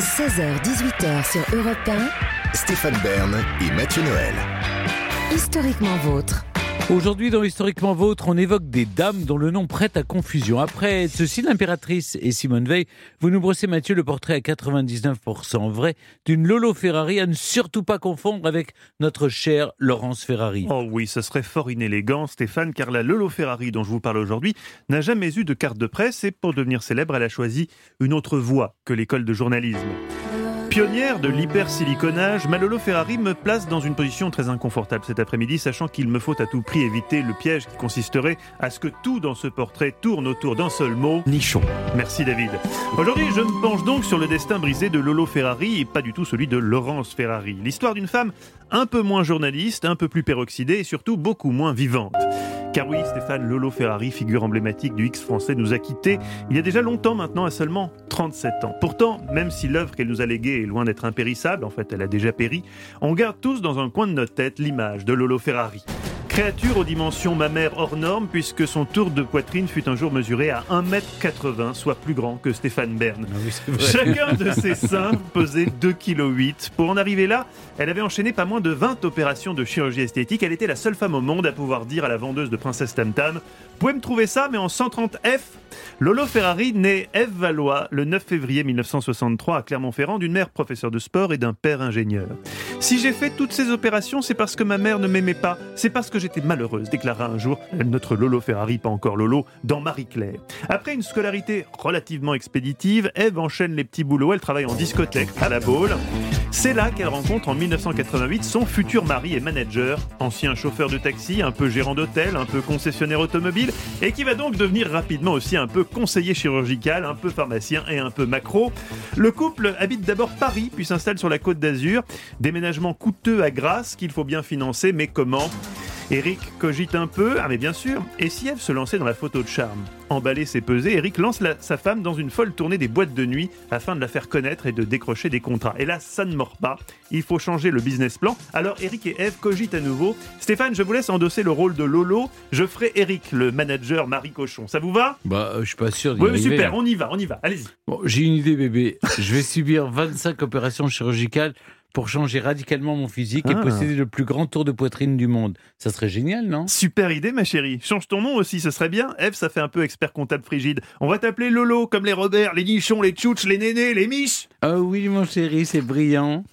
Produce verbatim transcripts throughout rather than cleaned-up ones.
seize heures dix-huit heures sur Europe un. Stéphane Bern et Mathieu Noël. Historiquement vôtre. Aujourd'hui, dans Historiquement Vôtre, on évoque des dames dont le nom prête à confusion. Après ceci, l'impératrice et Simone Veil, vous nous brossez, Mathieu, le portrait à quatre-vingt-dix-neuf pour cent vrai d'une Lolo Ferrari, à ne surtout pas confondre avec notre chère Laurence Ferrari. Oh oui, ce serait fort inélégant, Stéphane, car la Lolo Ferrari dont je vous parle aujourd'hui n'a jamais eu de carte de presse et pour devenir célèbre, elle a choisi une autre voie que l'école de journalisme. Pionnière de l'hypersiliconage, ma Lolo Ferrari me place dans une position très inconfortable cet après-midi, sachant qu'il me faut à tout prix éviter le piège qui consisterait à ce que tout dans ce portrait tourne autour d'un seul mot. Nichon. Merci David. Aujourd'hui, je me penche donc sur le destin brisé de Lolo Ferrari et pas du tout celui de Laurence Ferrari. L'histoire d'une femme un peu moins journaliste, un peu plus peroxydée et surtout beaucoup moins vivante. Car oui, Stéphane, Lolo Ferrari, figure emblématique du X français, nous a quittés il y a déjà longtemps maintenant, à seulement trente-sept ans. Pourtant, même si l'œuvre qu'elle nous a léguée est loin d'être impérissable, en fait elle a déjà péri, on garde tous dans un coin de notre tête l'image de Lolo Ferrari. Créature aux dimensions mammaires hors normes, puisque son tour de poitrine fut un jour mesuré à un mètre quatre-vingts, soit plus grand que Stéphane Bern. Ah oui, Chacun de ses seins pesait deux virgule huit kilos. Pour en arriver là, elle avait enchaîné pas moins de vingt opérations de chirurgie esthétique. Elle était la seule femme au monde à pouvoir dire à la vendeuse de Princesse Tam Tam: vous pouvez me trouver ça, mais en cent trente F. Lolo Ferrari naît Ève Valois le neuf février mille neuf cent soixante-trois à Clermont-Ferrand d'une mère professeure de sport et d'un père ingénieur. Si j'ai fait toutes ces opérations, c'est parce que ma mère ne m'aimait pas, c'est parce que j'étais malheureuse, déclara un jour notre Lolo Ferrari, pas encore Lolo, dans Marie-Claire. Après une scolarité relativement expéditive, Ève enchaîne les petits boulots, elle travaille en discothèque à la Baule. C'est là qu'elle rencontre en mille neuf cent quatre-vingt-huit son futur mari et manager, ancien chauffeur de taxi, un peu gérant d'hôtel, un peu concessionnaire automobile, et qui va donc devenir rapidement aussi un peu conseiller chirurgical, un peu pharmacien et un peu macro. Le couple habite d'abord Paris, puis s'installe sur la Côte d'Azur. Déménagement coûteux à Grasse qu'il faut bien financer, mais comment ? Eric cogite un peu, ah mais bien sûr, et si Ève se lançait dans la photo de charme ? Emballé, c'est pesé, Eric lance la, sa femme dans une folle tournée des boîtes de nuit afin de la faire connaître et de décrocher des contrats. Et là, ça ne mord pas, il faut changer le business plan. Alors Eric et Ève cogitent à nouveau. Stéphane, je vous laisse endosser le rôle de Lolo, je ferai Eric, le manager Marie Cochon. Ça vous va ? Bah, euh, je suis pas sûr d'y Oui, arriver, super, là. on y va, on y va, allez-y. Bon, j'ai une idée, bébé. Je vais subir vingt-cinq opérations chirurgicales pour changer radicalement mon physique et Ah. posséder le plus grand tour de poitrine du monde. Ça serait génial, non ? Super idée, ma chérie. Change ton nom aussi, ce serait bien. Ève, ça fait un peu expert comptable frigide. On va t'appeler Lolo, comme les Robert, les Nichons, les Tchouch, les Nénés, les Miches. Ah oui, mon chéri, c'est brillant.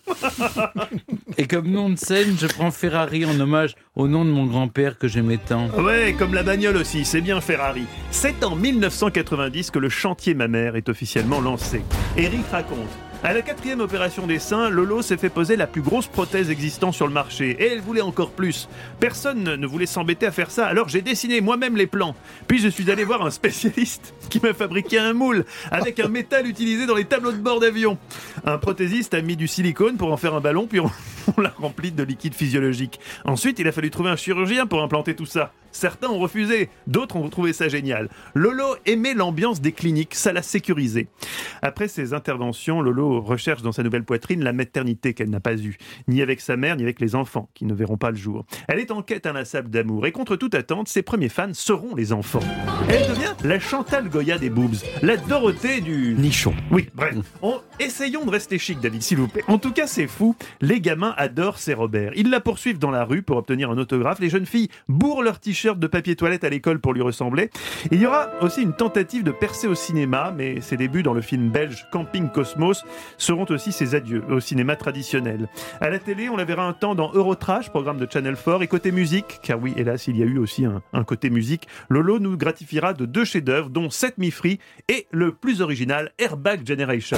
Et comme nom de scène, je prends Ferrari en hommage au nom de mon grand-père que j'aimais tant. Ouais, comme la bagnole aussi, c'est bien Ferrari. C'est en mille neuf cent quatre-vingt-dix que le chantier mammaire est officiellement lancé. Eric raconte: à la quatrième opération des seins, Lolo s'est fait poser la plus grosse prothèse existant sur le marché. Et elle voulait encore plus. Personne ne voulait s'embêter à faire ça, alors j'ai dessiné moi-même les plans. Puis je suis allé voir un spécialiste qui m'a fabriqué un moule avec un métal utilisé dans les tableaux de bord d'avion. Un prothésiste a mis du silicone pour en faire un ballon, puis on, on l'a rempli de liquide physiologique. Ensuite, il a fallu trouver un chirurgien pour implanter tout ça. Certains ont refusé, d'autres ont trouvé ça génial. Lolo aimait l'ambiance des cliniques, ça l'a sécurisé. Après ces interventions, Lolo recherche dans sa nouvelle poitrine la maternité qu'elle n'a pas eue, ni avec sa mère, ni avec les enfants, qui ne verront pas le jour. Elle est en quête inlassable d'amour, et contre toute attente, ses premiers fans seront les enfants. Elle devient la Chantal Goya des boobs, la Dorothée du... Nichon. Oui, bref. On... Essayons de rester chic, David, s'il vous plaît. En tout cas, c'est fou. Les gamins adorent ces Robert. Ils la poursuivent dans la rue pour obtenir un autographe. Les jeunes filles bourrent leur t-shirt de papier toilette à l'école pour lui ressembler. Il y aura aussi une tentative de percer au cinéma, mais ses débuts dans le film belge Camping Cosmos seront aussi ses adieux au cinéma traditionnel. À la télé, on la verra un temps dans Eurotrash, programme de Channel quatre, et côté musique, car oui, hélas, il y a eu aussi un, un côté musique, Lolo nous gratifiera de deux chefs-d'œuvre, dont Set Me Free et le plus original Airbag Generation.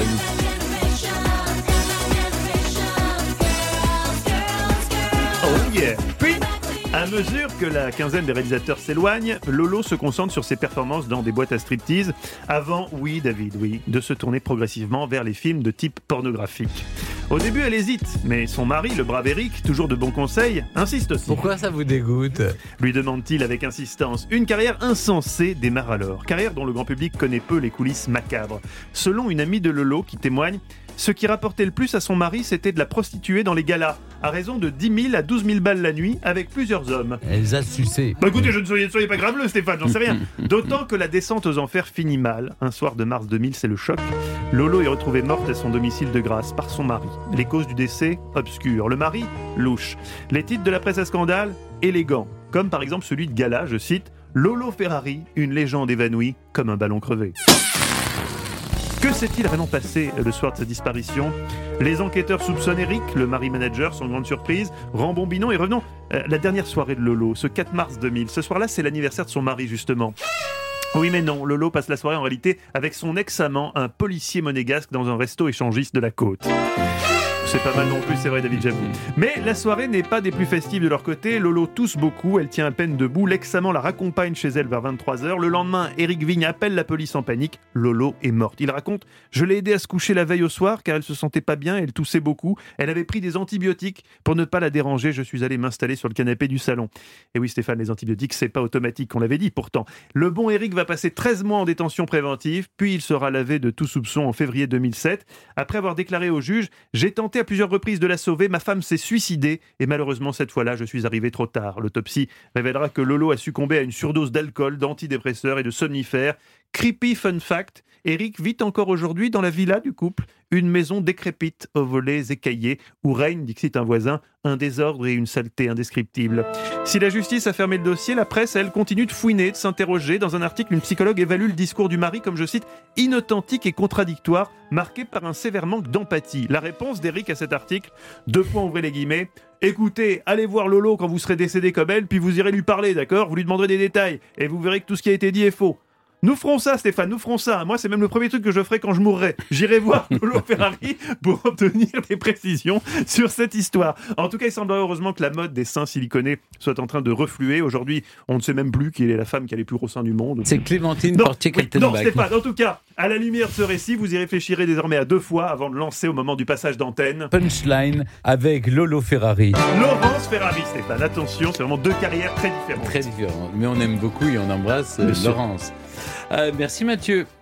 Oh yeah! Puis, à mesure que la quinzaine des réalisateurs s'éloigne, Lolo se concentre sur ses performances dans des boîtes à striptease, avant, oui David, oui, de se tourner progressivement vers les films de type pornographique. Au début, elle hésite, mais son mari, le brave Eric, toujours de bons conseils, insiste aussi. Pourquoi ça vous dégoûte ? Lui demande-t-il avec insistance. Une carrière insensée démarre alors. Carrière dont le grand public connaît peu les coulisses macabres. Selon une amie de Lolo qui témoigne, ce qui rapportait le plus à son mari, c'était de la prostituer dans les galas, à raison de dix mille à douze mille balles la nuit, avec plusieurs hommes. Elle a sucé. Bah écoutez, je ne soyez, soyez pas graveleux, Stéphane, j'en sais rien. D'autant que la descente aux enfers finit mal. Un soir de mars deux mille, c'est le choc. Lolo est retrouvée morte à son domicile de Grasse par son mari. Les causes du décès, obscures. Le mari, louche. Les titres de la presse à scandale, élégants. Comme par exemple celui de Gala, je cite « Lolo Ferrari, une légende évanouie comme un ballon crevé ». Que s'est-il vraiment passé le soir de sa disparition ? Les enquêteurs soupçonnent Eric, le mari-manager, sans grande surprise, rembobinons et revenons à la dernière soirée de Lolo, ce quatre mars deux mille. Ce soir-là, c'est l'anniversaire de son mari, justement. Oui mais non, Lolo passe la soirée en réalité avec son ex-amant, un policier monégasque dans un resto échangiste de la côte. C'est pas mal non plus, c'est vrai David, j'avoue. Mais la soirée n'est pas des plus festives de leur côté. Lolo tousse beaucoup, elle tient à peine debout. L'ex-amant la raccompagne chez elle vers vingt-trois heures. Le lendemain, Éric Vigne appelle la police en panique. Lolo est morte. Il raconte « Je l'ai aidée à se coucher la veille au soir car elle se sentait pas bien, elle toussait beaucoup. Elle avait pris des antibiotiques. Pour ne pas la déranger, je suis allé m'installer sur le canapé du salon. » Et oui Stéphane, les antibiotiques, c'est pas automatique, on l'avait dit pourtant. Le bon Éric va passer treize mois en détention préventive, puis il sera lavé de tout soupçon en février deux mille sept. Après avoir déclaré au juge « J'ai tenté à plusieurs reprises de la sauver, ma femme s'est suicidée et malheureusement cette fois-là je suis arrivé trop tard. » L'autopsie révélera que Lolo a succombé à une surdose d'alcool, d'antidépresseurs et de somnifères. Creepy fun fact, Eric vit encore aujourd'hui dans la villa du couple, une maison décrépite aux volets écaillés où règne, dit un voisin, un désordre et une saleté indescriptibles. Si la justice a fermé le dossier, la presse, elle, continue de fouiner, de s'interroger. Dans un article, une psychologue évalue le discours du mari comme, je cite, « inauthentique et contradictoire, marqué par un sévère manque d'empathie ». La réponse d'Eric à cet article, deux points ouvrez les guillemets, « Écoutez, allez voir Lolo quand vous serez décédé comme elle, puis vous irez lui parler, d'accord ? Vous lui demanderez des détails, et vous verrez que tout ce qui a été dit est faux. » Nous ferons ça, Stéphane, nous ferons ça. Moi, c'est même le premier truc que je ferai quand je mourrai. J'irai voir Lolo Ferrari pour obtenir des précisions sur cette histoire. En tout cas, il semblerait heureusement que la mode des seins siliconés soit en train de refluer. Aujourd'hui, on ne sait même plus qui est la femme qui a les plus gros seins du monde. C'est Clémentine non, Portier-Kaltenbach. Oui, non, Stéphane, en tout cas, à la lumière de ce récit, vous y réfléchirez désormais à deux fois avant de lancer au moment du passage d'antenne. Punchline avec Lolo Ferrari. Laurence Ferrari, Stéphane. Attention, c'est vraiment deux carrières très différentes. Très différentes. Mais on aime beaucoup et on embrasse euh, Laurence. Euh, merci Mathieu.